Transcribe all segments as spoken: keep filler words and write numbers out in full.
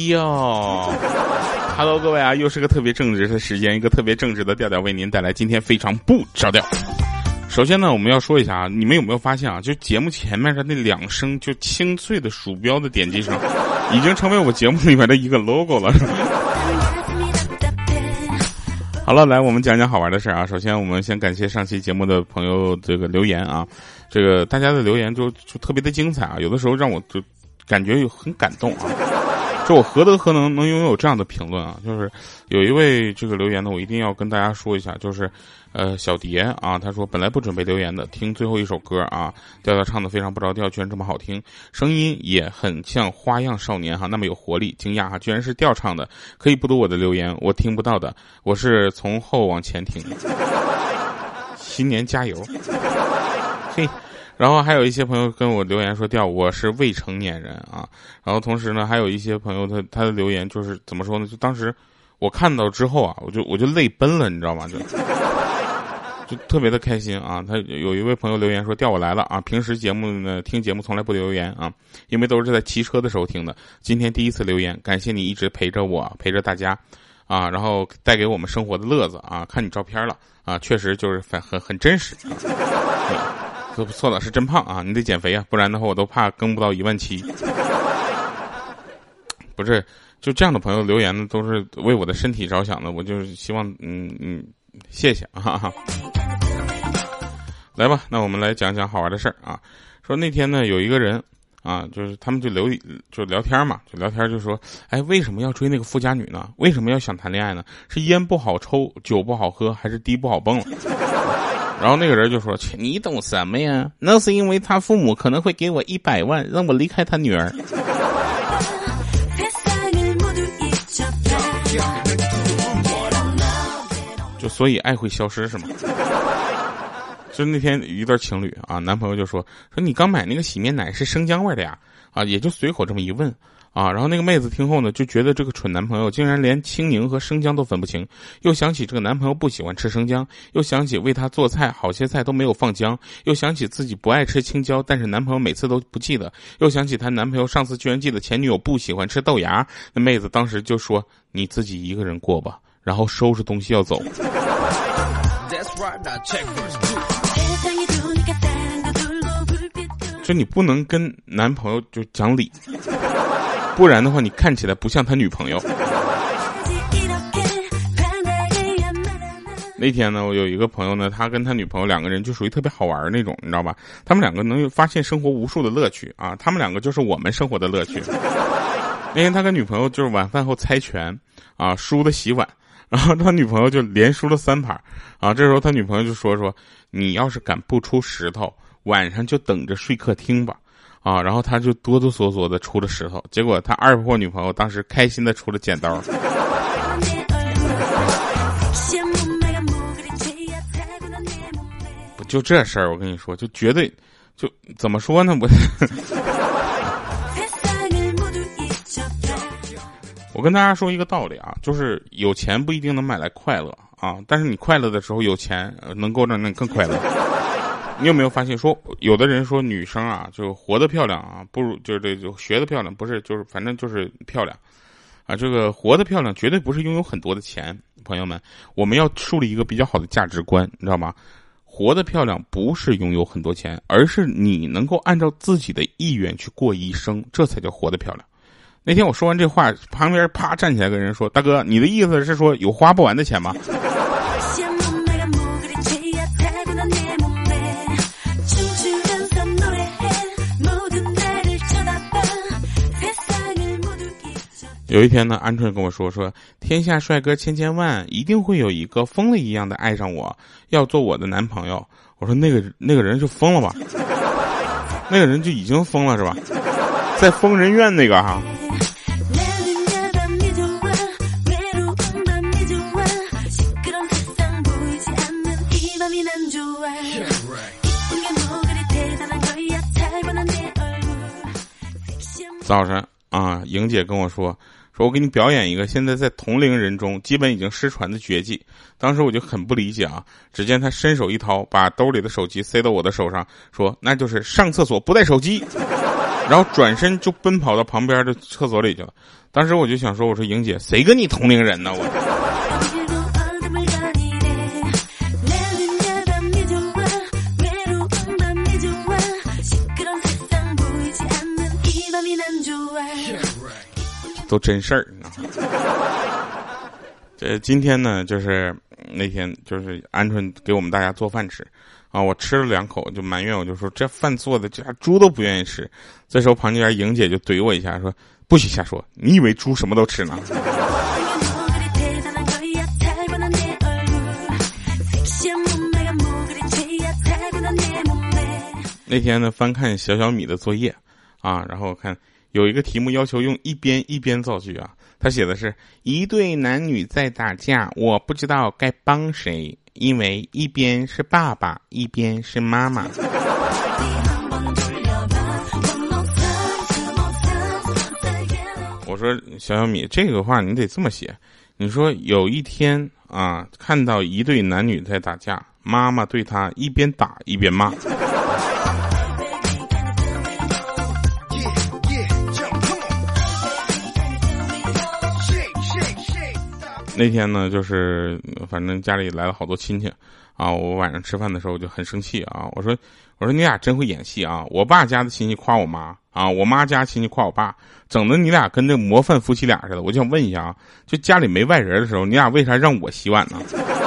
调。Hello， 各位啊，又是个特别正直的时间，一个特别正直的调调为您带来今天非常不着调。首先呢，我们要说一下啊，你们有没有发现啊，就节目前面的那两声就清脆的鼠标的点击声，已经成为我节目里面的一个 logo 了。好了，来我们讲讲好玩的事啊。首先我们先感谢上期节目的朋友这个留言啊，这个大家的留言就就特别的精彩啊，有的时候让我就感觉有很感动啊。就我何德何能能拥有这样的评论啊？就是有一位这个留言呢，我一定要跟大家说一下，就是呃小蝶啊，他说本来不准备留言的，听最后一首歌啊，调调唱的非常不着调，居然这么好听，声音也很像花样少年哈，那么有活力，惊讶哈，居然是调唱的，可以不读我的留言，我听不到的，我是从后往前听。新年加油！嘿。然后还有一些朋友跟我留言说调我是未成年人啊，然后同时呢还有一些朋友他他的留言就是怎么说呢，就当时我看到之后啊，我就我就泪奔了，你知道吗？就就特别的开心啊。他有一位朋友留言说调我来了啊，平时节目呢听节目从来不留言啊，因为都是在骑车的时候听的，今天第一次留言，感谢你一直陪着我陪着大家啊，然后带给我们生活的乐子啊，看你照片了啊，确实就是很很很真实啊。对，不错的，是真胖啊！你得减肥啊，不然的话我都怕更不到一万七。不是，就这样的朋友留言呢，都是为我的身体着想的，我就是希望，嗯嗯，谢谢哈哈。来吧，那我们来讲讲好玩的事儿啊。说那天呢，有一个人啊，就是他们就聊就聊天嘛，就聊天就说，哎，为什么要追那个富家女呢？为什么要想谈恋爱呢？是烟不好抽，酒不好喝，还是滴不好蹦了？然后那个人就说，你懂什么呀？那是因为他父母可能会给我一百万，让我离开他女儿。就所以爱会消失是吗？就那天一对情侣啊，男朋友就说说你刚买那个洗面奶是生姜味的呀？啊，也就随口这么一问啊，然后那个妹子听后呢，就觉得这个蠢男朋友竟然连青柠和生姜都分不清，又想起这个男朋友不喜欢吃生姜，又想起为他做菜好些菜都没有放姜，又想起自己不爱吃青椒，但是男朋友每次都不记得，又想起她男朋友上次居然记得前女友不喜欢吃豆芽，那妹子当时就说你自己一个人过吧，然后收拾东西要走。就你不能跟男朋友就讲理，不然的话你看起来不像他女朋友。那天呢，我有一个朋友呢，他跟他女朋友两个人就属于特别好玩那种，你知道吧？他们两个能发现生活无数的乐趣啊，他们两个就是我们生活的乐趣。那天他跟女朋友就是晚饭后猜拳啊，输的洗碗，然后他女朋友就连输了三盘啊。这时候他女朋友就说说，你要是敢不出石头，晚上就等着睡客厅吧，啊，然后他就哆哆嗦嗦的出了石头，结果他二货女朋友当时开心的出了剪刀。不就这事儿，我跟你说，就绝对，就怎么说呢？我我跟大家说一个道理啊，就是有钱不一定能买来快乐啊，但是你快乐的时候，有钱能够让你更快乐。你有没有发现说有的人说女生啊就活得漂亮啊不如就是这就学得漂亮，不是就是反正就是漂亮啊，这个活得漂亮绝对不是拥有很多的钱。朋友们，我们要树立一个比较好的价值观，你知道吗？活得漂亮不是拥有很多钱，而是你能够按照自己的意愿去过一生，这才叫活得漂亮。那天我说完这话，旁边啪站起来跟人说，大哥，你的意思是说有花不完的钱吗？有一天呢，鹌鹑跟我说说，天下帅哥千千万，一定会有一个疯了一样的爱上我，要做我的男朋友。我说那个那个人就疯了吧，那个人就已经疯了是吧？在疯人院那个哈。早晨啊，莹姐跟我说说我给你表演一个现在在同龄人中基本已经失传的绝技。当时我就很不理解啊，只见他伸手一掏，把兜里的手机塞到我的手上，说那就是上厕所不带手机。 然后转身就奔跑到旁边的厕所里去了。当时我就想说，我说莹姐，谁跟你同龄人呢？我。都真事儿呢。这今天呢，就是那天就是鹌鹑给我们大家做饭吃啊，我吃了两口就埋怨，我就说这饭做的这猪都不愿意吃。这时候旁边莹姐就怼我一下，说不许瞎说，你以为猪什么都吃呢？那天呢，翻看小小米的作业啊，然后我看有一个题目要求用一边一边造句啊，他写的是一对男女在打架，我不知道该帮谁，因为一边是爸爸，一边是妈妈。我说小小米，这个话你得这么写，你说有一天啊，看到一对男女在打架，妈妈对他一边打一边骂。那天呢，就是反正家里来了好多亲戚啊，我晚上吃饭的时候我就很生气啊，我说我说你俩真会演戏啊，我爸家的亲戚夸我妈啊，我妈家亲戚夸我爸，整的你俩跟这模范夫妻俩似的。我就想问一下啊，就家里没外人的时候，你俩为啥让我洗碗呢？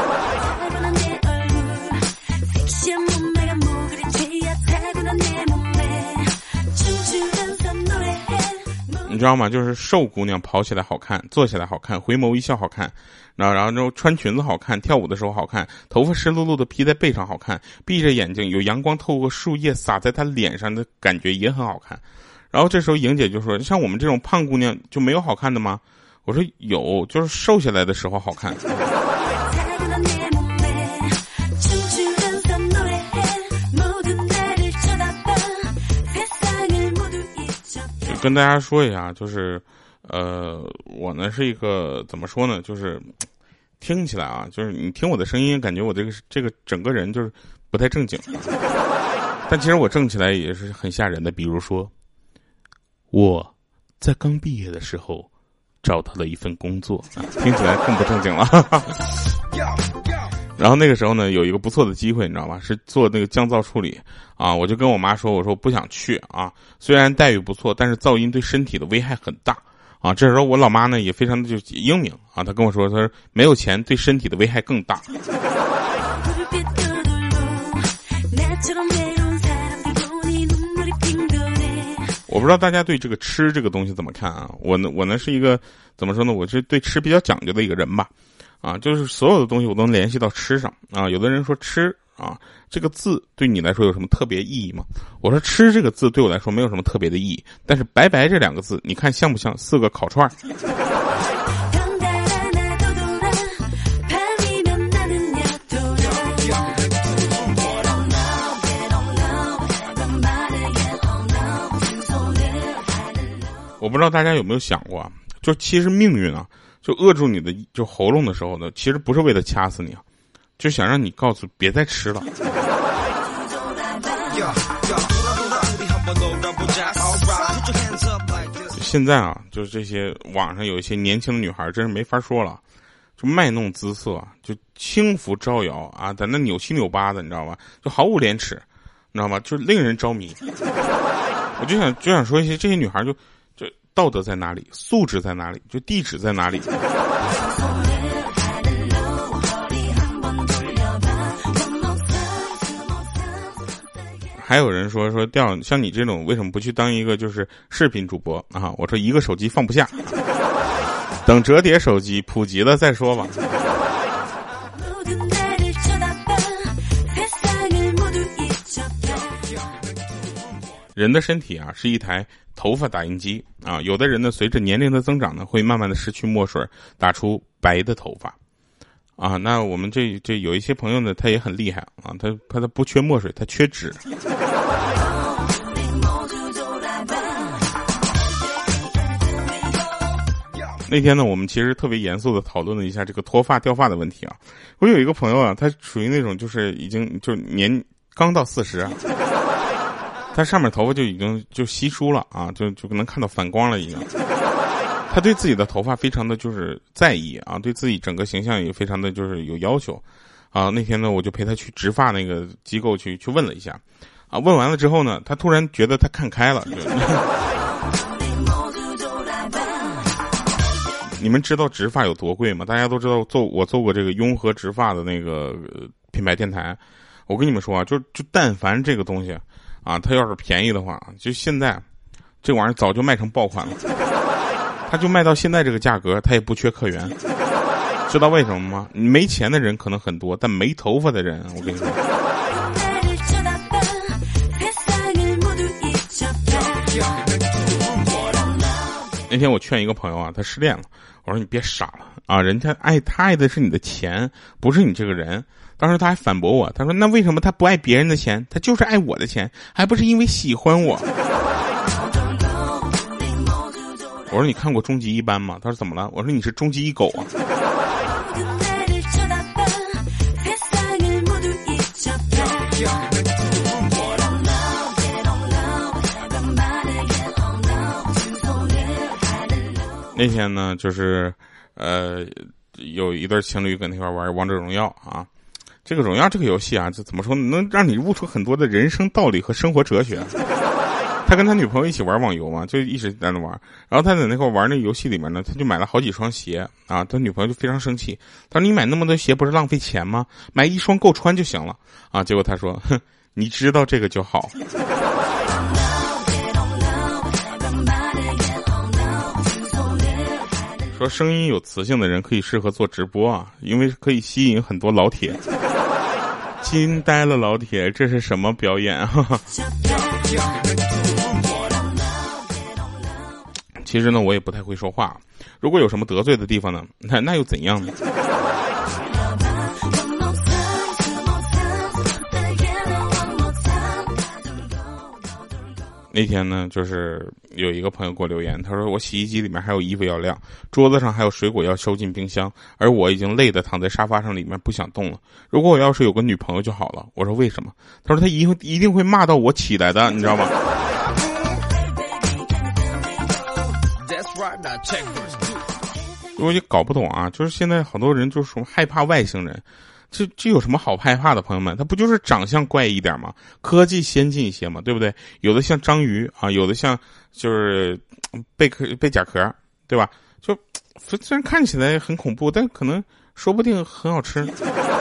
你知道吗？就是瘦姑娘跑起来好看，坐起来好看，回眸一笑好看，然后然后之后穿裙子好看，跳舞的时候好看，头发湿漉漉的披在背上好看，闭着眼睛有阳光透过树叶洒在她脸上的感觉也很好看。然后这时候莹姐就说，像我们这种胖姑娘就没有好看的吗？我说有，就是瘦下来的时候好看。跟大家说一下，就是呃我呢是一个怎么说呢，就是听起来啊，就是你听我的声音感觉我这个这个整个人就是不太正经，但其实我正起来也是很吓人的。比如说我在刚毕业的时候找到了一份工作，听起来更不正经了。然后那个时候呢，有一个不错的机会，你知道吗？是做那个降噪处理啊。我就跟我妈说，我说我不想去啊，虽然待遇不错，但是噪音对身体的危害很大啊。这时候我老妈呢也非常的就英明啊，她跟我说，她说没有钱对身体的危害更大。我不知道大家对这个吃这个东西怎么看啊？我呢，我呢是一个怎么说呢？我是对吃比较讲究的一个人吧。啊，就是所有的东西我都能联系到吃上啊。有的人说吃啊这个字对你来说有什么特别意义吗？我说吃这个字对我来说没有什么特别的意义，但是白白这两个字，你看像不像四个烤串？我不知道大家有没有想过啊，就其实命运啊。就扼住你的就喉咙的时候呢，其实不是为了掐死你啊，就想让你告诉别再吃了。现在啊，就是这些网上有一些年轻的女孩，真是没法说了，就卖弄姿色，就轻浮招摇啊，在那扭七扭八的，你知道吧？就毫无廉耻，你知道吗？就令人着迷。我就想就想说一些这些女孩就。道德在哪里？素质在哪里？就地址在哪里？还有人说说调像你这种为什么不去当一个就是视频主播啊？我说一个手机放不下，等折叠手机普及了再说吧。人的身体啊是一台头发打印机啊，有的人呢随着年龄的增长呢会慢慢的失去墨水，打出白的头发啊。那我们这这有一些朋友呢，他也很厉害啊，他他他不缺墨水，他缺纸。那天呢，我们其实特别严肃的讨论了一下这个脱发掉发的问题啊。我有一个朋友啊，他属于那种就是已经就年刚到四十啊。 他上面头发就已经就稀疏了啊，就就能看到反光了已经。他对自己的头发非常的就是在意啊，对自己整个形象也非常的就是有要求啊。那天呢，我就陪他去植发那个机构去去问了一下啊，问完了之后呢，他突然觉得他看开了。你们知道植发有多贵吗？大家都知道做我做过这个雍和植发的那个品牌电台，我跟你们说啊，就就但凡这个东西啊，它要是便宜的话，就现在这玩意儿早就卖成爆款了。他就卖到现在这个价格，他也不缺客源。知道为什么吗？没钱的人可能很多，但没头发的人，我跟你说。那天我劝一个朋友啊，他失恋了，我说你别傻了啊，人家爱他爱的是你的钱，不是你这个人。当时他还反驳我，他说那为什么他不爱别人的钱，他就是爱我的钱，还不是因为喜欢我。我说你看过终极一班吗？他说怎么了？我说你是终极一狗啊。那天呢，就是呃，有一对情侣跟那块玩王者荣耀啊。这个荣耀这个游戏啊，就怎么说呢，能让你悟出很多的人生道理和生活哲学。他跟他女朋友一起玩网游嘛，就一直在那玩。然后他在那块玩那游戏里面呢，他就买了好几双鞋啊。他女朋友就非常生气，他说你买那么多鞋不是浪费钱吗？买一双够穿就行了啊。结果他说，哼，你知道这个就好。说声音有磁性的人可以适合做直播啊，因为可以吸引很多老铁。惊呆了老铁，这是什么表演啊？其实呢，我也不太会说话，如果有什么得罪的地方呢，那那又怎样呢？那天呢，就是有一个朋友给我留言，他说我洗衣机里面还有衣服要晾，桌子上还有水果要收进冰箱，而我已经累得躺在沙发上里面不想动了。如果我要是有个女朋友就好了。我说为什么？他说他一一定会骂到我起来的，你知道吗？我也搞不懂啊，就是现在好多人就是说害怕外星人。这这有什么好害怕的，朋友们？他不就是长相怪一点吗？科技先进一些嘛，对不对？有的像章鱼啊，有的像就是贝壳贝甲壳，对吧？就虽然看起来很恐怖，但可能说不定很好吃。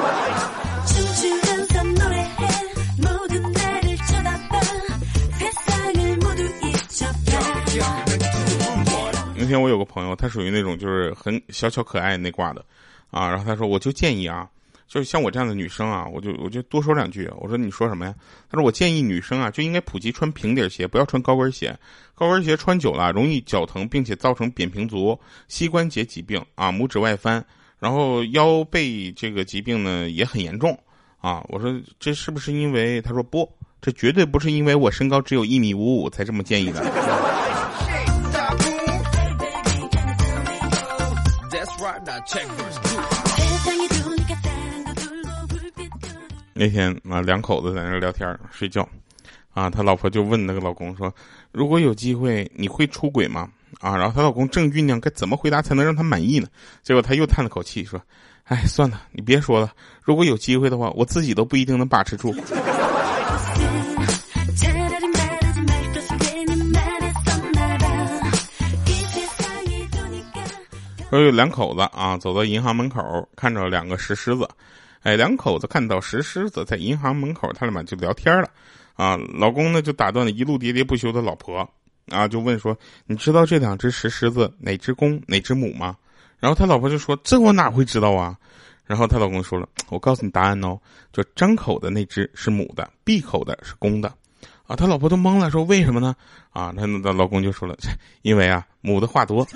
那天我有个朋友，他属于那种就是很小巧可爱那挂的啊，然后他说我就建议啊。就是像我这样的女生啊，我就我就多说两句。我说你说什么呀？他说我建议女生啊就应该普及穿平底鞋，不要穿高跟鞋。高跟鞋穿久了容易脚疼，并且造成扁平足、膝关节疾病啊，拇指外翻，然后腰背这个疾病呢也很严重啊。我说这是不是因为？他说不，这绝对不是因为我身高只有一米五五才这么建议的。那天啊，两口子在那聊天睡觉，啊，他老婆就问那个老公说：“如果有机会，你会出轨吗？”啊，然后他老公正酝酿该怎么回答才能让他满意呢，结果他又叹了口气说：“哎，算了，你别说了，如果有机会的话，我自己都不一定能把持住。”说有两口子啊，走到银行门口，看着两个石狮子。哎，两口子看到石狮子在银行门口，他俩就聊天了。啊，老公呢就打断了一路喋喋不休的老婆，啊，就问说：“你知道这两只石狮子哪只公哪只母吗？”然后他老婆就说：“这我哪会知道啊？”然后他老公说了：“我告诉你答案哦，就张口的那只是母的，闭口的是公的。”啊，他老婆都懵了，说：“为什么呢？”啊，他的老公就说了：“因为啊，母的话多。”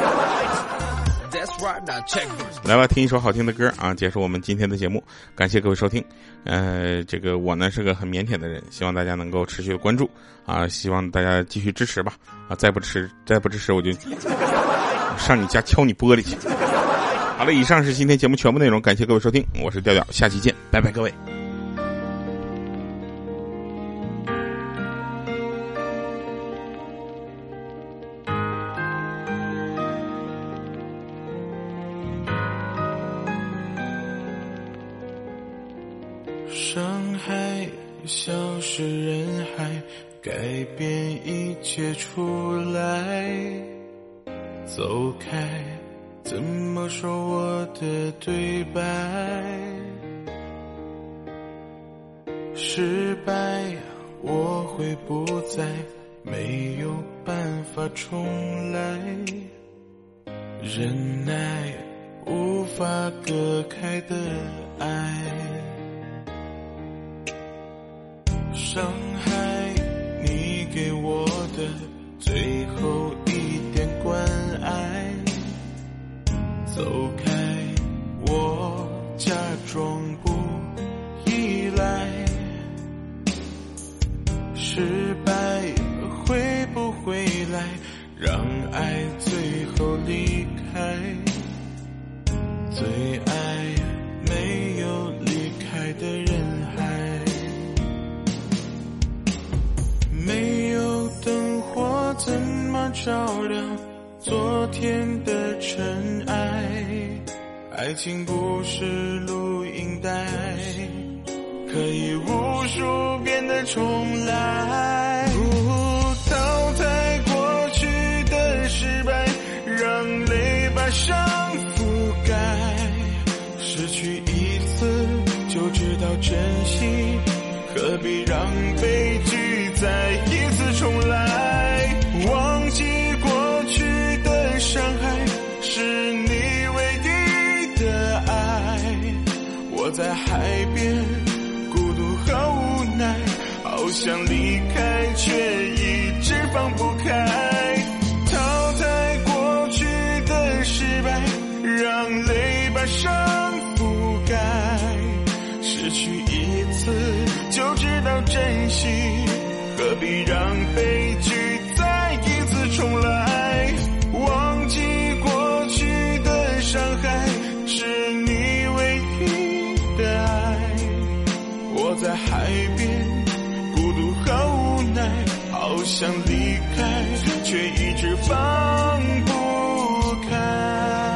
来吧，听一首好听的歌啊，结束我们今天的节目。感谢各位收听。呃，这个我呢是个很腼腆的人，希望大家能够持续的关注啊，希望大家继续支持吧。啊，再不支持，再不支持我就上你家敲你玻璃去。好了，以上是今天节目全部内容，感谢各位收听，我是调调，下期见，拜拜各位。 伤害消失人海，改变一切出来，走开，怎么说我的对白？失败我会不再，没有办法重来，忍耐无法隔开的爱，伤害你给我的最后一点关爱，走开，我假装不依赖，失败会不会来，让爱最后离开，最爱没有离开的人海，没有灯火怎么照亮昨天的尘埃，爱情不是录音带，可以无数遍的重来，淘汰过去的失败，让泪把伤覆盖，失去一次就知道珍惜，何必让悲剧再一次重来，忘记过去的伤害是你唯一的爱，我在海边孤独和无奈，好想离开却一直放不开，淘汰过去的失败，让泪把伤覆盖，失去一次就知道珍惜，何必让悲剧再一次重来，忘记过去的伤害是你唯一的爱，我在海边孤独和无奈，好想离开却一直放不开。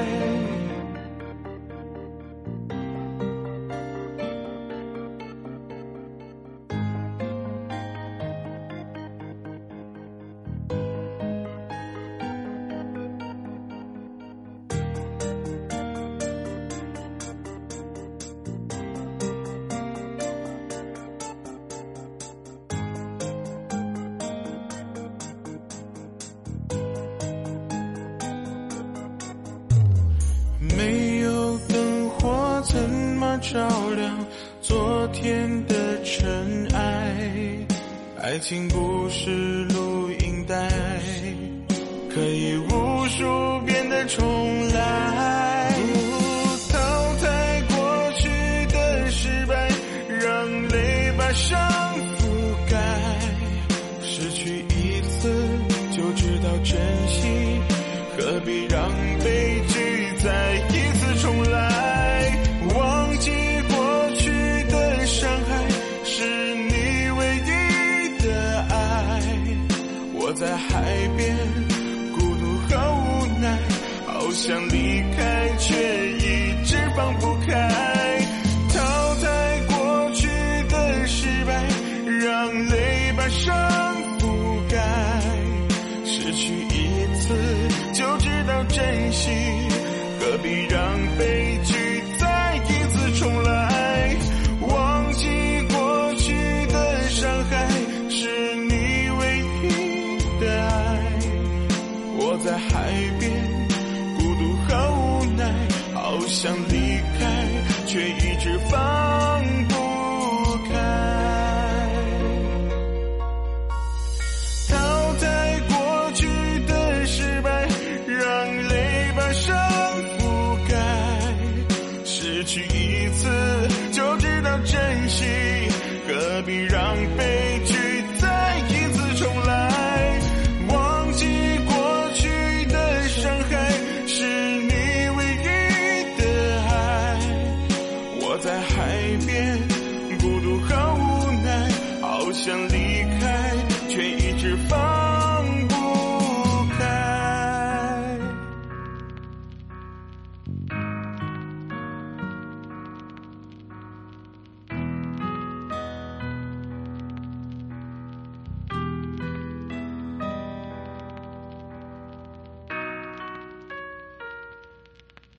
没有灯火怎么照亮昨天的尘埃，爱情不是录音带，可以无数遍的重来，淘汰过去的失败，让泪把伤覆盖，失去一次就知道珍惜，何必让悲剧再一次重来，忘记过去的伤害是你唯一的爱，我在海边孤独和无奈，好想离开却一直放不开，淘汰过去的失败，让泪把伤覆盖，失去一次就知道珍惜，何必让悲剧再一次重来，忘记过去的伤害是你唯一的爱，我在海边孤独和无奈，好想离开却一直放不开，淘汰过去的失败，让泪把伤覆盖，失去一次就知道珍惜，何必让悲剧再一次重来，忘记过去的伤害是你唯一的爱，我在海边孤独和无奈，好想离开却一直放